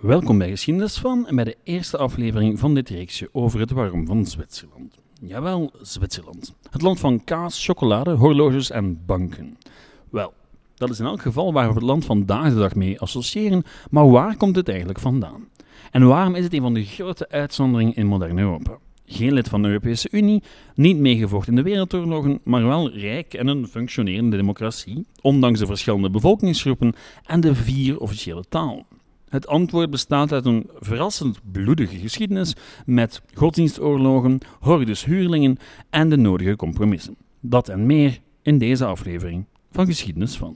Welkom bij Geschiedenis van en bij de eerste aflevering van dit reeksje over het waarom van Zwitserland. Jawel, Zwitserland. Het land van kaas, chocolade, horloges en banken. Wel, dat is in elk geval waar we het land vandaag de dag mee associëren, maar waar komt het eigenlijk vandaan? En waarom is het een van de grote uitzonderingen in modern Europa? Geen lid van de Europese Unie, niet meegevochten in de wereldoorlogen, maar wel rijk en een functionerende democratie, ondanks de verschillende bevolkingsgroepen en de 4 officiële talen. Het antwoord bestaat uit een verrassend bloedige geschiedenis met godsdienstoorlogen, hordes huurlingen en de nodige compromissen. Dat en meer in deze aflevering van Geschiedenis van.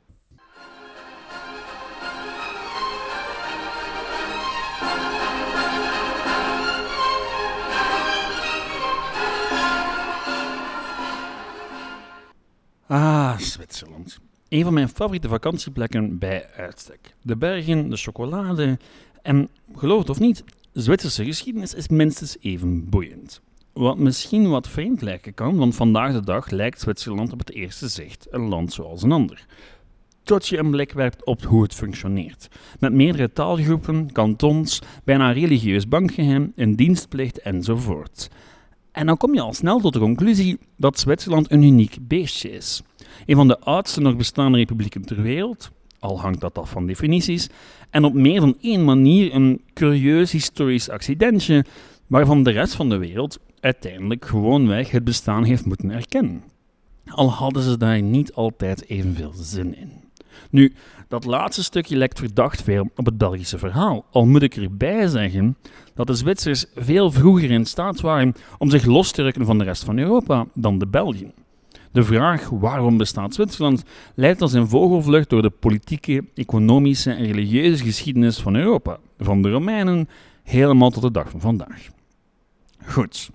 Zwitserland. Een van mijn favoriete vakantieplekken bij uitstek. De bergen, de chocolade en, geloof het of niet, Zwitserse geschiedenis is minstens even boeiend. Wat misschien wat vreemd lijken kan, want vandaag de dag lijkt Zwitserland op het eerste zicht een land zoals een ander. Tot je een blik werpt op hoe het functioneert. Met meerdere taalgroepen, kantons, bijna religieus bankgeheim, een dienstplicht enzovoort. En dan kom je al snel tot de conclusie dat Zwitserland een uniek beestje is. Een van de oudste nog bestaande republieken ter wereld, al hangt dat af van definities, en op meer dan één manier een curieus historisch accidentje waarvan de rest van de wereld uiteindelijk gewoonweg het bestaan heeft moeten erkennen. Al hadden ze daar niet altijd evenveel zin in. Nu, dat laatste stukje lijkt verdacht veel op het Belgische verhaal, al moet ik erbij zeggen dat de Zwitsers veel vroeger in staat waren om zich los te rukken van de rest van Europa dan de Belgen. De vraag waarom bestaat Zwitserland leidt als een vogelvlucht door de politieke, economische en religieuze geschiedenis van Europa, van de Romeinen helemaal tot de dag van vandaag. Goed,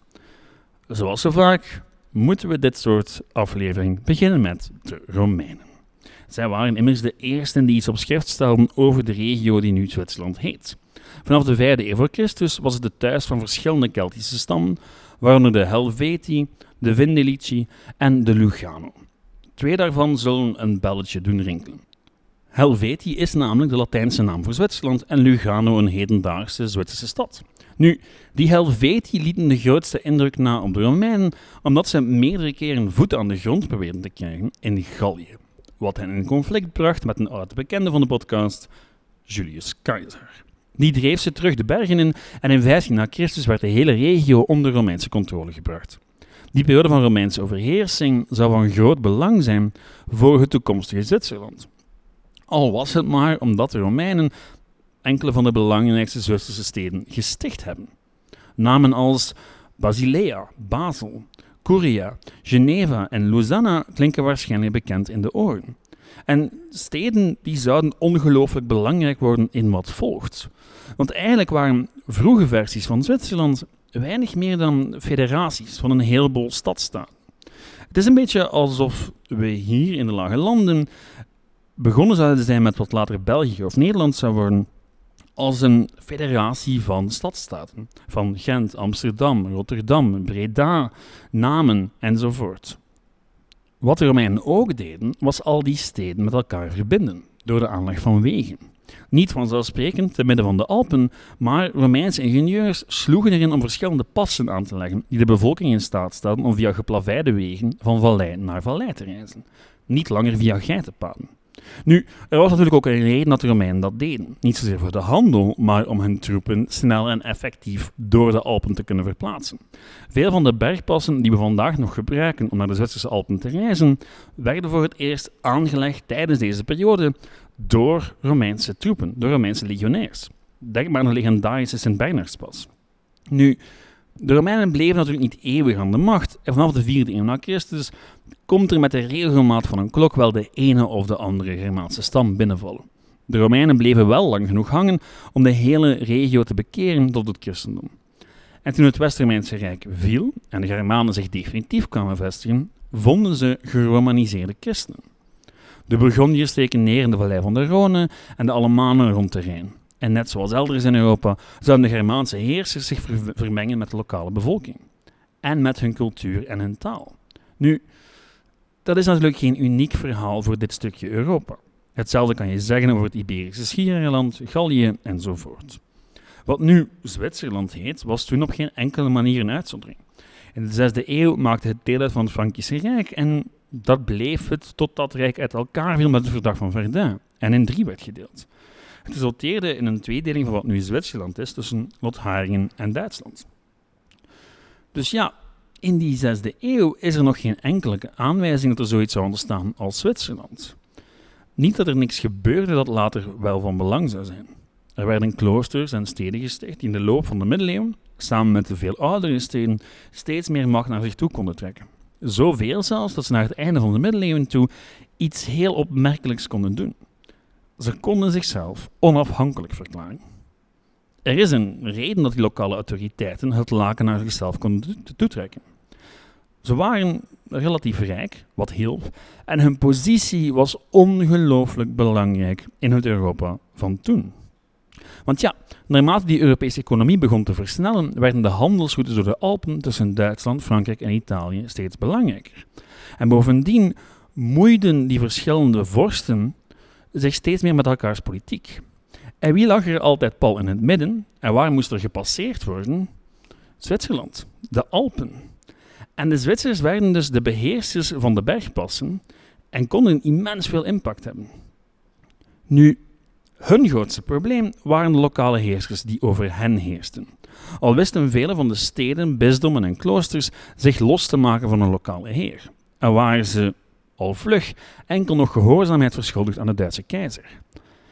zoals zo vaak moeten we dit soort aflevering beginnen met de Romeinen. Zij waren immers de eersten die iets op schrift stelden over de regio die nu Zwitserland heet. Vanaf de 5e eeuw voor Christus was het de thuis van verschillende Keltische stammen, waaronder de Helvetii, de Vindelici en de Lugano. 2 daarvan zullen een belletje doen rinkelen. Helvetii is namelijk de Latijnse naam voor Zwitserland en Lugano een hedendaagse Zwitserse stad. Nu, die Helvetii lieten de grootste indruk na op de Romeinen, omdat ze meerdere keren voet aan de grond probeerden te krijgen in Gallië. Wat hen in conflict bracht met een oude bekende van de podcast, Julius Caesar. Die dreef ze terug de bergen in en in 15 na Christus werd de hele regio onder Romeinse controle gebracht. Die periode van Romeinse overheersing zou van groot belang zijn voor het toekomstige Zwitserland. Al was het maar omdat de Romeinen enkele van de belangrijkste Zwitserse steden gesticht hebben. Namen als Basilea, Basel, Curia, Geneva en Lausanne klinken waarschijnlijk bekend in de oren. En steden die zouden ongelooflijk belangrijk worden in wat volgt. Want eigenlijk waren vroege versies van Zwitserland weinig meer dan federaties van een heleboel stadstaten. Het is een beetje alsof we hier in de Lage Landen begonnen zouden zijn met wat later België of Nederland zou worden, als een federatie van stadstaten, van Gent, Amsterdam, Rotterdam, Breda, Namen enzovoort. Wat de Romeinen ook deden, was al die steden met elkaar verbinden, door de aanleg van wegen. Niet vanzelfsprekend te midden van de Alpen, maar Romeinse ingenieurs sloegen erin om verschillende passen aan te leggen die de bevolking in staat stelden om via geplaveide wegen van vallei naar vallei te reizen. Niet langer via geitenpaden. Nu, er was natuurlijk ook een reden dat de Romeinen dat deden. Niet zozeer voor de handel, maar om hun troepen snel en effectief door de Alpen te kunnen verplaatsen. Veel van de bergpassen die we vandaag nog gebruiken om naar de Zwitserse Alpen te reizen, werden voor het eerst aangelegd tijdens deze periode door Romeinse troepen, door Romeinse legionairs. Denk maar aan de legendarische Sint-Bernardspas. Nu, de Romeinen bleven natuurlijk niet eeuwig aan de macht en vanaf de 4e eeuw na Christus komt er met de regelmaat van een klok wel de ene of de andere Germaanse stam binnenvallen. De Romeinen bleven wel lang genoeg hangen om de hele regio te bekeren tot het christendom. En toen het West-Romeinse Rijk viel en de Germanen zich definitief kwamen vestigen, vonden ze geromaniseerde christenen. De Burgondiërs streken neer in de vallei van de Rhône en de Alemanen rond de Rijn. En net zoals elders in Europa zouden de Germaanse heersers zich vermengen met de lokale bevolking. En met hun cultuur en hun taal. Nu, dat is natuurlijk geen uniek verhaal voor dit stukje Europa. Hetzelfde kan je zeggen over het Iberische Schiereiland, Gallië enzovoort. Wat nu Zwitserland heet, was toen op geen enkele manier een uitzondering. In de 6e eeuw maakte het deel uit van het Frankische Rijk en dat bleef het totdat het Rijk uit elkaar viel met het Verdrag van Verdun en in 3 werd gedeeld. Het resulteerde in een tweedeling van wat nu Zwitserland is tussen Lotharingen en Duitsland. Dus ja, in die 6e eeuw is er nog geen enkele aanwijzing dat er zoiets zou ontstaan als Zwitserland. Niet dat er niks gebeurde dat later wel van belang zou zijn. Er werden kloosters en steden gesticht die in de loop van de middeleeuwen, samen met de veel oudere steden, steeds meer macht naar zich toe konden trekken. Zoveel zelfs dat ze naar het einde van de middeleeuwen toe iets heel opmerkelijks konden doen. Ze konden zichzelf onafhankelijk verklaren. Er is een reden dat die lokale autoriteiten het laken naar zichzelf konden toetrekken. Ze waren relatief rijk, wat hielp, en hun positie was ongelooflijk belangrijk in het Europa van toen. Want ja, naarmate die Europese economie begon te versnellen, werden de handelsroutes door de Alpen tussen Duitsland, Frankrijk en Italië steeds belangrijker. En bovendien moeiden die verschillende vorsten zich steeds meer met elkaars politiek. En wie lag er altijd pal in het midden? En waar moest er gepasseerd worden? Zwitserland, de Alpen. En de Zwitsers werden dus de beheersers van de bergpassen en konden immens veel impact hebben. Nu, hun grootste probleem waren de lokale heersers die over hen heersten. Al wisten vele van de steden, bisdommen en kloosters zich los te maken van een lokale heer. En waren ze, al vlug, enkel nog gehoorzaamheid verschuldigd aan de Duitse keizer.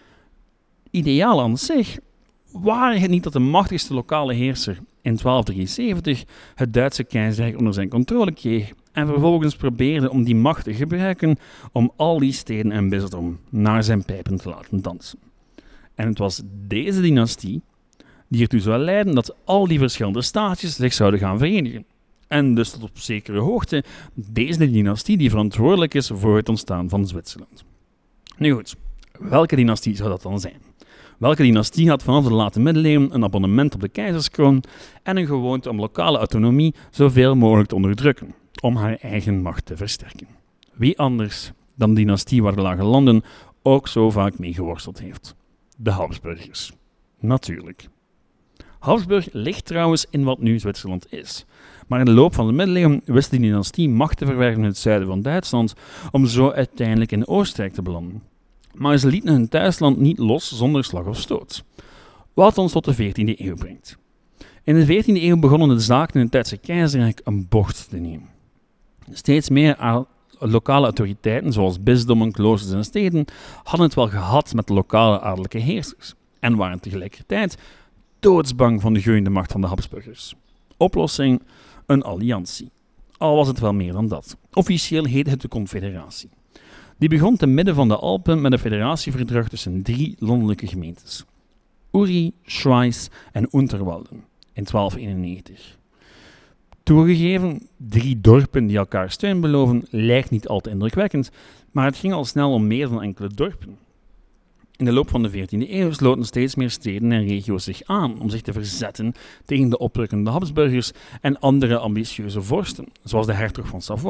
Ideaal aan zich waren het niet dat de machtigste lokale heerser in 1273 het Duitse keizerrijk onder zijn controle kreeg en vervolgens probeerde om die macht te gebruiken om al die steden en bisdom naar zijn pijpen te laten dansen. En het was deze dynastie die ertoe zou leiden dat al die verschillende staatjes zich zouden gaan verenigen. En dus tot op zekere hoogte deze dynastie die verantwoordelijk is voor het ontstaan van Zwitserland. Nu goed, welke dynastie zou dat dan zijn? Welke dynastie had vanaf de late middeleeuwen een abonnement op de keizerskroon en een gewoonte om lokale autonomie zoveel mogelijk te onderdrukken, om haar eigen macht te versterken? Wie anders dan de dynastie waar de lage landen ook zo vaak mee geworsteld heeft? De Habsburgers. Natuurlijk. Habsburg ligt trouwens in wat nu Zwitserland is. Maar in de loop van de middeleeuwen wist de dynastie macht te verwerven in het zuiden van Duitsland om zo uiteindelijk in Oostenrijk te belanden. Maar ze lieten hun thuisland niet los zonder slag of stoot. Wat ons tot de 14e eeuw brengt. In de 14e eeuw begonnen de zaken in het Duitse keizerrijk een bocht te nemen. Steeds meer lokale autoriteiten, zoals bisdommen, kloosters en steden, hadden het wel gehad met de lokale adellijke heersers en waren tegelijkertijd doodsbang van de groeiende macht van de Habsburgers. Oplossing: een alliantie. Al was het wel meer dan dat. Officieel heette het de Confederatie. Die begon te midden van de Alpen met een federatieverdrag tussen 3 landelijke gemeentes: Uri, Schweiz en Unterwalden in 1291. Toegegeven, 3 dorpen die elkaar steun beloven lijkt niet al te indrukwekkend, maar het ging al snel om meer dan enkele dorpen. In de loop van de 14e eeuw sloten steeds meer steden en regio's zich aan om zich te verzetten tegen de oprukkende Habsburgers en andere ambitieuze vorsten, zoals de hertog van Savoie.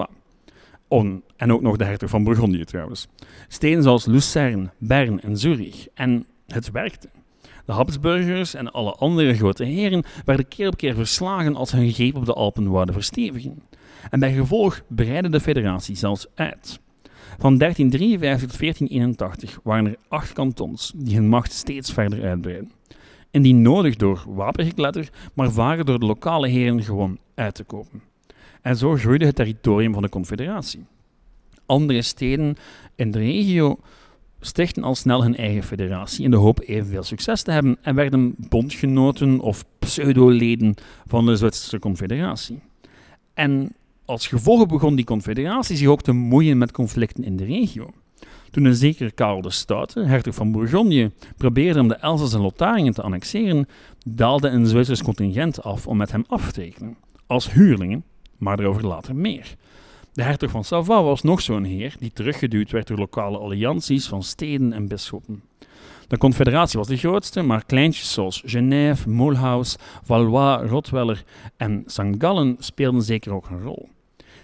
En ook nog de hertog van Bourgondië trouwens. Steden zoals Lucerne, Bern en Zurich. En het werkte. De Habsburgers en alle andere grote heren werden keer op keer verslagen als ze hun greep op de Alpen wouden verstevigen. En bij gevolg breidde de federatie zelfs uit. Van 1353 tot 1481 waren er 8 kantons die hun macht steeds verder uitbreidden. Indien nodig door wapengekletter, maar vaker door de lokale heren gewoon uit te kopen. En zo groeide het territorium van de Confederatie. Andere steden in de regio stichtten al snel hun eigen federatie in de hoop evenveel succes te hebben en werden bondgenoten of pseudoleden van de Zwitserse Confederatie. En als gevolg begon die confederatie zich ook te moeien met conflicten in de regio. Toen een zekere Karel de Stoute, hertog van Bourgondië, probeerde om de Elzas en Lotharingen te annexeren, daalde een Zwitsers contingent af om met hem af te rekenen. Als huurlingen, maar daarover later meer. De hertog van Savoie was nog zo'n heer die teruggeduwd werd door lokale allianties van steden en bisschoppen. De confederatie was de grootste, maar kleintjes zoals Genève, Mulhouse, Valois, Rottweiller en St. Gallen speelden zeker ook een rol.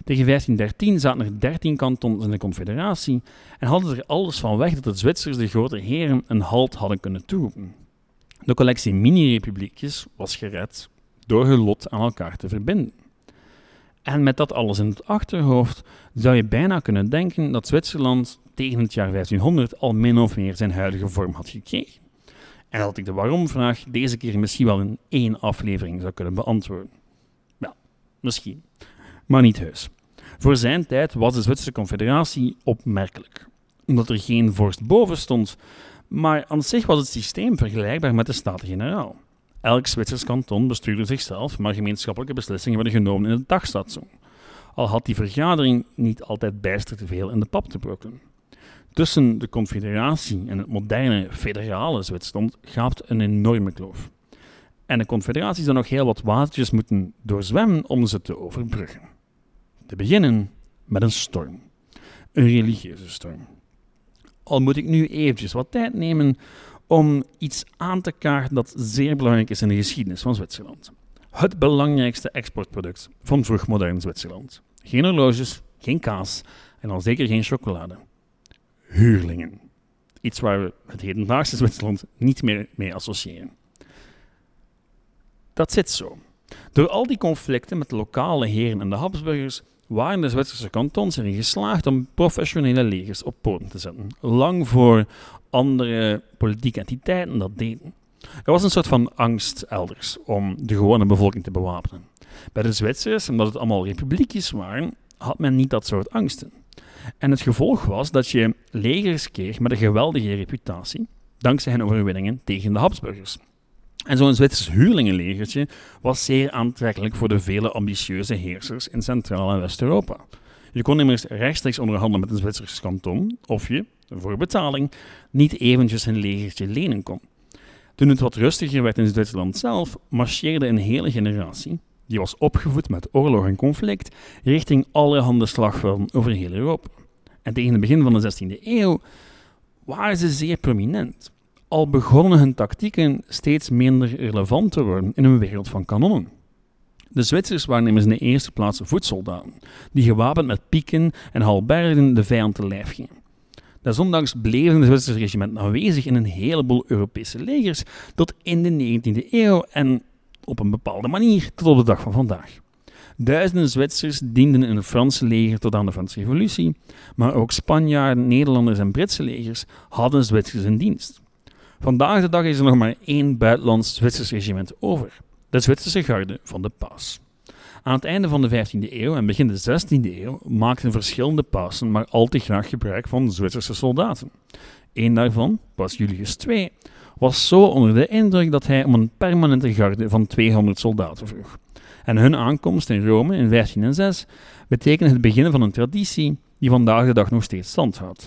Tegen 1513 zaten er 13 kantons in de Confederatie en hadden er alles van weg dat de Zwitsers de grote heren een halt hadden kunnen toeroepen. De collectie mini-republiekjes was gered door hun lot aan elkaar te verbinden. En met dat alles in het achterhoofd zou je bijna kunnen denken dat Zwitserland tegen het jaar 1500 al min of meer zijn huidige vorm had gekregen. En dat ik de waarom-vraag deze keer misschien wel in 1 aflevering zou kunnen beantwoorden. Wel, misschien, maar niet heus. Voor zijn tijd was de Zwitserse Confederatie opmerkelijk, omdat er geen vorst boven stond, maar aan zich was het systeem vergelijkbaar met de Staten-Generaal. Elk Zwitsers kanton bestuurde zichzelf, maar gemeenschappelijke beslissingen werden genomen in de dagstadzoon. Al had die vergadering niet altijd bijster te veel in de pap te brokkelen. Tussen de Confederatie en het moderne federale Zwitserland gaapt een enorme kloof. En de Confederatie zou nog heel wat watertjes moeten doorzwemmen om ze te overbruggen. Te beginnen met een storm. Een religieuze storm. Al moet ik nu eventjes wat tijd nemen om iets aan te kaarten dat zeer belangrijk is in de geschiedenis van Zwitserland. Het belangrijkste exportproduct van vroegmodern Zwitserland. Geen horloges, geen kaas en al zeker geen chocolade. Huurlingen. Iets waar we het hedendaagse Zwitserland niet meer mee associëren. Dat zit zo. Door al die conflicten met de lokale heren en de Habsburgers waren de Zwitserse kantons erin geslaagd om professionele legers op poten te zetten, lang voor andere politieke entiteiten dat deden. Er was een soort van angst elders om de gewone bevolking te bewapenen. Bij de Zwitsers, omdat het allemaal republiekjes waren, had men niet dat soort angsten. En het gevolg was dat je legers kreeg met een geweldige reputatie, dankzij hun overwinningen tegen de Habsburgers. En zo'n Zwitsers huurlingenlegertje was zeer aantrekkelijk voor de vele ambitieuze heersers in Centraal- en West-Europa. Je kon immers rechtstreeks onderhandelen met een Zwitsers kanton, of je, voor betaling, niet eventjes een legertje lenen kon. Toen het wat rustiger werd in Zwitserland zelf, marcheerde een hele generatie, die was opgevoed met oorlog en conflict, richting allerhande slagvelden over heel Europa. En tegen het begin van de 16e eeuw waren ze zeer prominent. Al begonnen hun tactieken steeds minder relevant te worden in een wereld van kanonnen. De Zwitsers waren immers in de eerste plaats voetsoldaten, die gewapend met pieken en halberden de vijand te lijf gingen. Desondanks bleven de Zwitserse regimenten aanwezig in een heleboel Europese legers tot in de 19e eeuw en op een bepaalde manier tot op de dag van vandaag. Duizenden Zwitsers dienden in het Franse leger tot aan de Franse Revolutie, maar ook Spanjaarden, Nederlanders en Britse legers hadden Zwitsers in dienst. Vandaag de dag is er nog maar 1 buitenlands Zwitsers regiment over, de Zwitserse garde van de paus. Aan het einde van de 15e eeuw en begin de 16e eeuw maakten verschillende pausen maar al te graag gebruik van Zwitserse soldaten. Eén daarvan, paus Julius II, was zo onder de indruk dat hij om een permanente garde van 200 soldaten vroeg. En hun aankomst in Rome in 1506 betekende het begin van een traditie die vandaag de dag nog steeds stand houdt.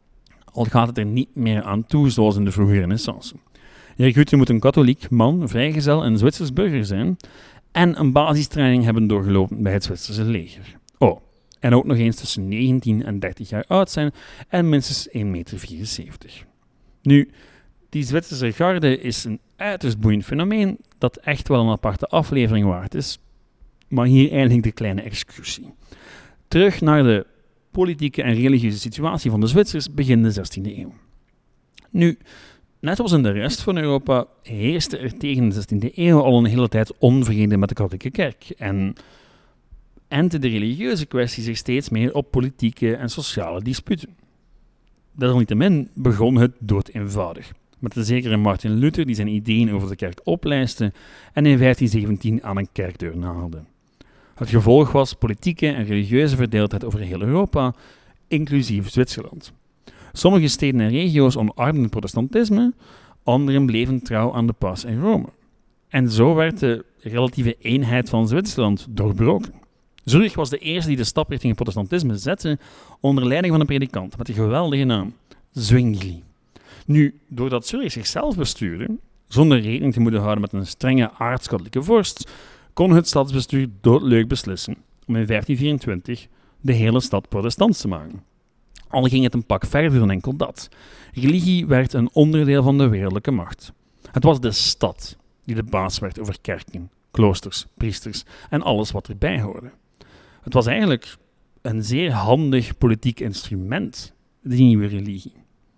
Al gaat het er niet meer aan toe zoals in de vroege Renaissance. Je recruten moet een katholiek, man, vrijgezel en Zwitsers burger zijn en een basistraining hebben doorgelopen bij het Zwitserse leger. Oh, en ook nog eens tussen 19 en 30 jaar oud zijn en minstens 1,74 meter. Nu, die Zwitserse garde is een uiterst boeiend fenomeen dat echt wel een aparte aflevering waard is, maar hier eindigt de kleine excursie. Terug naar de politieke en religieuze situatie van de Zwitsers begin de 16e eeuw. Nu, net als in de rest van Europa heerste er tegen de 16e eeuw al een hele tijd onvrede met de katholieke kerk en entte de religieuze kwestie zich steeds meer op politieke en sociale disputen. Desalniettemin begon het doodeenvoudig, met een zekere Martin Luther die zijn ideeën over de kerk oplijstte en in 1517 aan een kerkdeur nagelde. Het gevolg was politieke en religieuze verdeeldheid over heel Europa, inclusief Zwitserland. Sommige steden en regio's omarmden het protestantisme, anderen bleven trouw aan de paus in Rome. En zo werd de relatieve eenheid van Zwitserland doorbroken. Zurich was de eerste die de stap richting het protestantisme zette onder leiding van een predikant met de geweldige naam Zwingli. Nu, doordat Zurich zichzelf bestuurde, zonder rekening te moeten houden met een strenge aarts-katholieke vorst, kon het stadsbestuur doodleuk beslissen om in 1524 de hele stad protestants te maken. Al ging het een pak verder dan enkel dat. Religie werd een onderdeel van de wereldlijke macht. Het was de stad die de baas werd over kerken, kloosters, priesters en alles wat erbij hoorde. Het was eigenlijk een zeer handig politiek instrument, die nieuwe religie.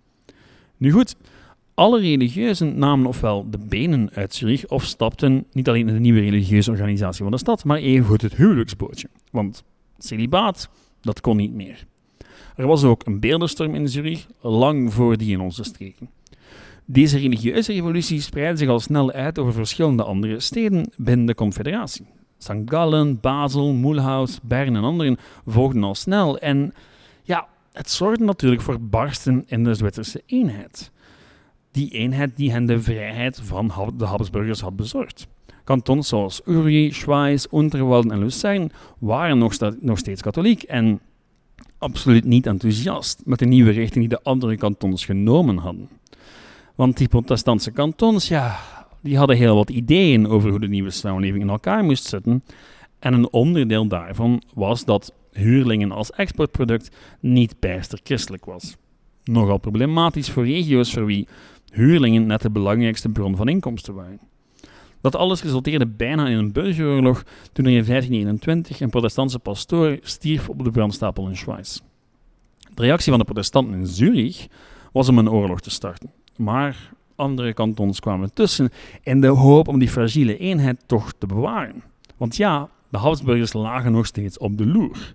Nu goed, alle religieuzen namen ofwel de benen uit Zurich of stapten niet alleen in de nieuwe religieuze organisatie van de stad, maar evengoed het huwelijksbootje. Want celibaat, dat kon niet meer. Er was ook een beeldenstorm in Zurich, lang voor die in onze streken. Deze religieuze revolutie spreidde zich al snel uit over verschillende andere steden binnen de Confederatie. St. Gallen, Basel, Mulhouse, Bern en anderen volgden al snel en ja, het zorgde natuurlijk voor barsten in de Zwitserse eenheid. Die eenheid die hen de vrijheid van de Habsburgers had bezorgd. Kantons zoals Uri, Schweiz, Unterwalden en Lucerne waren nog steeds katholiek en absoluut niet enthousiast met de nieuwe richting die de andere kantons genomen hadden. Want die protestantse kantons, ja, die hadden heel wat ideeën over hoe de nieuwe samenleving in elkaar moest zitten. En een onderdeel daarvan was dat huurlingen als exportproduct niet bijster christelijk was. Nogal problematisch voor regio's voor wie huurlingen net de belangrijkste bron van inkomsten waren. Dat alles resulteerde bijna in een burgeroorlog toen er in 1521 een protestantse pastoor stierf op de brandstapel in Schweiz. De reactie van de protestanten in Zurich was om een oorlog te starten. Maar andere kantons kwamen tussen in de hoop om die fragiele eenheid toch te bewaren. Want ja, de Habsburgers lagen nog steeds op de loer.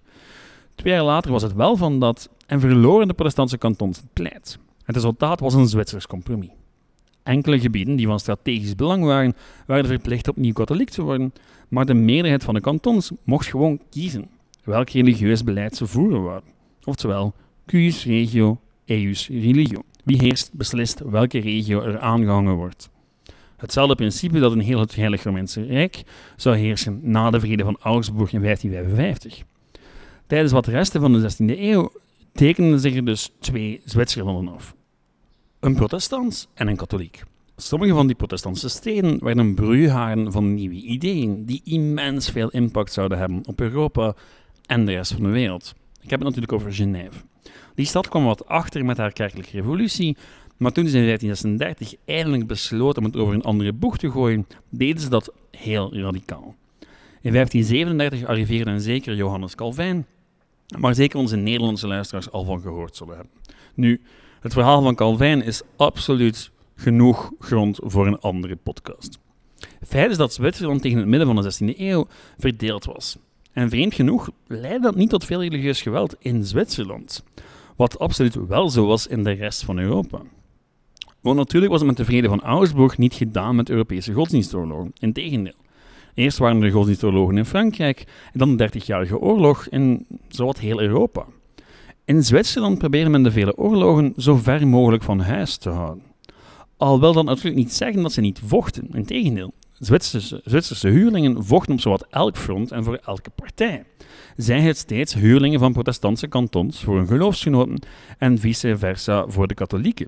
2 jaar later was het wel van dat en verloren de protestantse kantons het pleit. Het resultaat was een Zwitsers compromis. Enkele gebieden die van strategisch belang waren, werden verplicht opnieuw katholiek te worden, maar de meerderheid van de kantons mocht gewoon kiezen welk religieus beleid ze voeren wouden. Oftewel, cuius regio, eius religio. Wie heerst, beslist welke regio er aangehangen wordt. Hetzelfde principe dat in heel het Heilig Romeinse Rijk zou heersen na de vrede van Augsburg in 1555. Tijdens wat resten van de 16e eeuw tekenden zich er dus 2 Zwitserlanden af. Een protestants en een katholiek. Sommige van die protestantse steden werden broeiharen van nieuwe ideeën die immens veel impact zouden hebben op Europa en de rest van de wereld. Ik heb het natuurlijk over Genève. Die stad kwam wat achter met haar kerkelijke revolutie, maar toen ze in 1536 eindelijk besloot om het over een andere boeg te gooien, deden ze dat heel radicaal. In 1537 arriveerde een zeker Johannes Calvijn, waar zeker onze Nederlandse luisteraars al van gehoord zullen hebben. Nu, het verhaal van Calvijn is absoluut genoeg grond voor een andere podcast. Feit is dat Zwitserland tegen het midden van de 16e eeuw verdeeld was. En vreemd genoeg leidde dat niet tot veel religieus geweld in Zwitserland, wat absoluut wel zo was in de rest van Europa. Want natuurlijk was het met de vrede van Augsburg niet gedaan met Europese godsdienstoorlogen. Integendeel. Eerst waren er godsdienstoorlogen in Frankrijk en dan de 30-jarige oorlog in zowat heel Europa. In Zwitserland probeerde men de vele oorlogen zo ver mogelijk van huis te houden. Al wil dat natuurlijk niet zeggen dat ze niet vochten. Integendeel. Zwitserse huurlingen vochten op zowat elk front en voor elke partij. Zij het steeds huurlingen van protestantse kantons voor hun geloofsgenoten en vice versa voor de katholieken.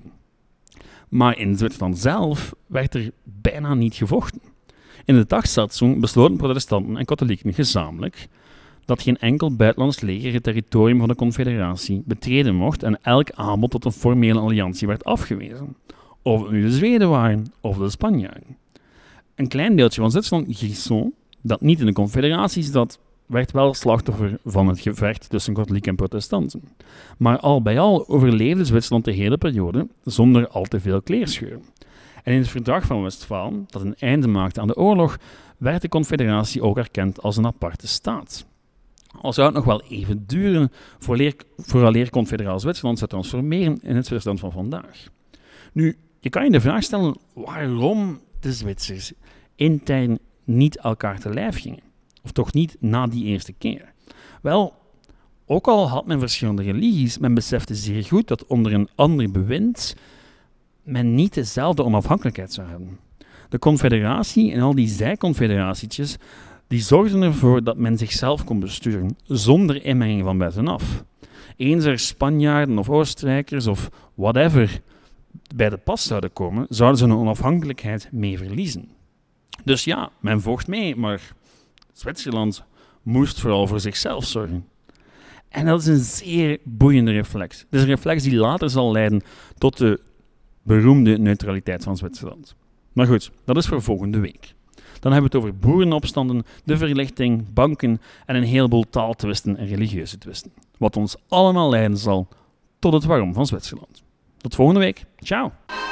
Maar in Zwitserland zelf werd er bijna niet gevochten. In de Dagsatzung besloten protestanten en katholieken gezamenlijk dat geen enkel buitenlands leger het territorium van de Confederatie betreden mocht en elk aanbod tot een formele alliantie werd afgewezen. Of het nu de Zweden waren of de Spanjaarden. Een klein deeltje van Zwitserland, Grisons, dat niet in de Confederatie zat, werd wel slachtoffer van het gevecht tussen katholieken en protestanten. Maar al bij al overleefde Zwitserland de hele periode zonder al te veel kleerscheuren. En in het verdrag van Westfalen, dat een einde maakte aan de oorlog, werd de Confederatie ook erkend als een aparte staat. Al zou het nog wel even duren vooraleer Confederaal Zwitserland zou transformeren in het Zwitserland van vandaag. Nu, je kan je de vraag stellen waarom de Zwitsers intern niet elkaar te lijf gingen. Of toch niet na die eerste keer. Wel, ook al had men verschillende religies, men besefte zeer goed dat onder een ander bewind men niet dezelfde onafhankelijkheid zou hebben. De confederatie en al die zijconfederatietjes, die zorgden ervoor dat men zichzelf kon besturen, zonder inmenging van buitenaf. Eens er Spanjaarden of Oostenrijkers of whatever bij de pas zouden komen, zouden ze hun onafhankelijkheid mee verliezen. Dus ja, men vocht mee, maar Zwitserland moest vooral voor zichzelf zorgen. En dat is een zeer boeiende reflex. Het is een reflex die later zal leiden tot de beroemde neutraliteit van Zwitserland. Maar goed, dat is voor volgende week. dan hebben we het over boerenopstanden, de verlichting, banken en een heleboel taaltwisten en religieuze twisten. Wat ons allemaal leiden zal tot het waarom van Zwitserland. Tot volgende week. Ciao!